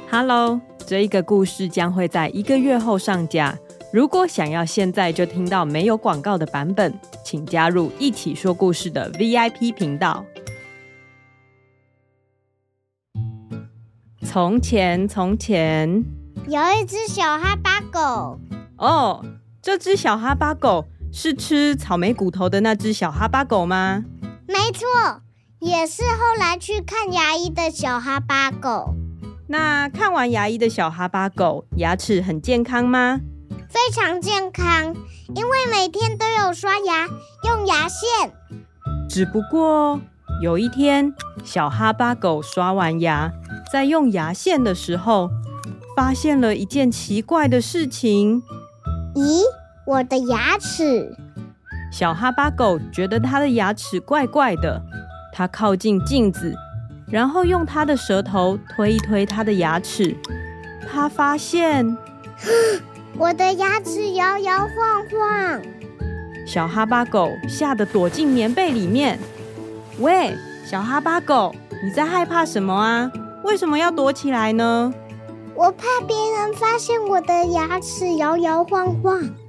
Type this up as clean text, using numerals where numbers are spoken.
Hello， 这一个故事将会在1个月后上架。如果想要现在就听到没有广告的版本，请加入一起说故事的 VIP 频道。从前，从前有一只小哈巴狗。 哦，这只小哈巴狗是吃草莓骨头的那只小哈巴狗吗？ 没错，也是后来去看牙医的小哈巴狗。 那看完牙医的小哈巴狗，牙齿很健康吗？ 非常健康，因为每天都有刷牙，用牙线。 只不过有一天，小哈巴狗刷完牙，在用牙线的时候，发现了一件奇怪的事情。 咦，我的牙齿！ 小哈巴狗觉得它的牙齿怪怪的，它靠近镜子，然后用它的舌头推一推它的牙齿，它发现我的牙齿摇摇晃晃。 小哈巴狗吓得躲进棉被里面。喂，小哈巴狗，你在害怕什么啊？为什么要躲起来呢？ 我怕别人发现我的牙齿摇摇晃晃。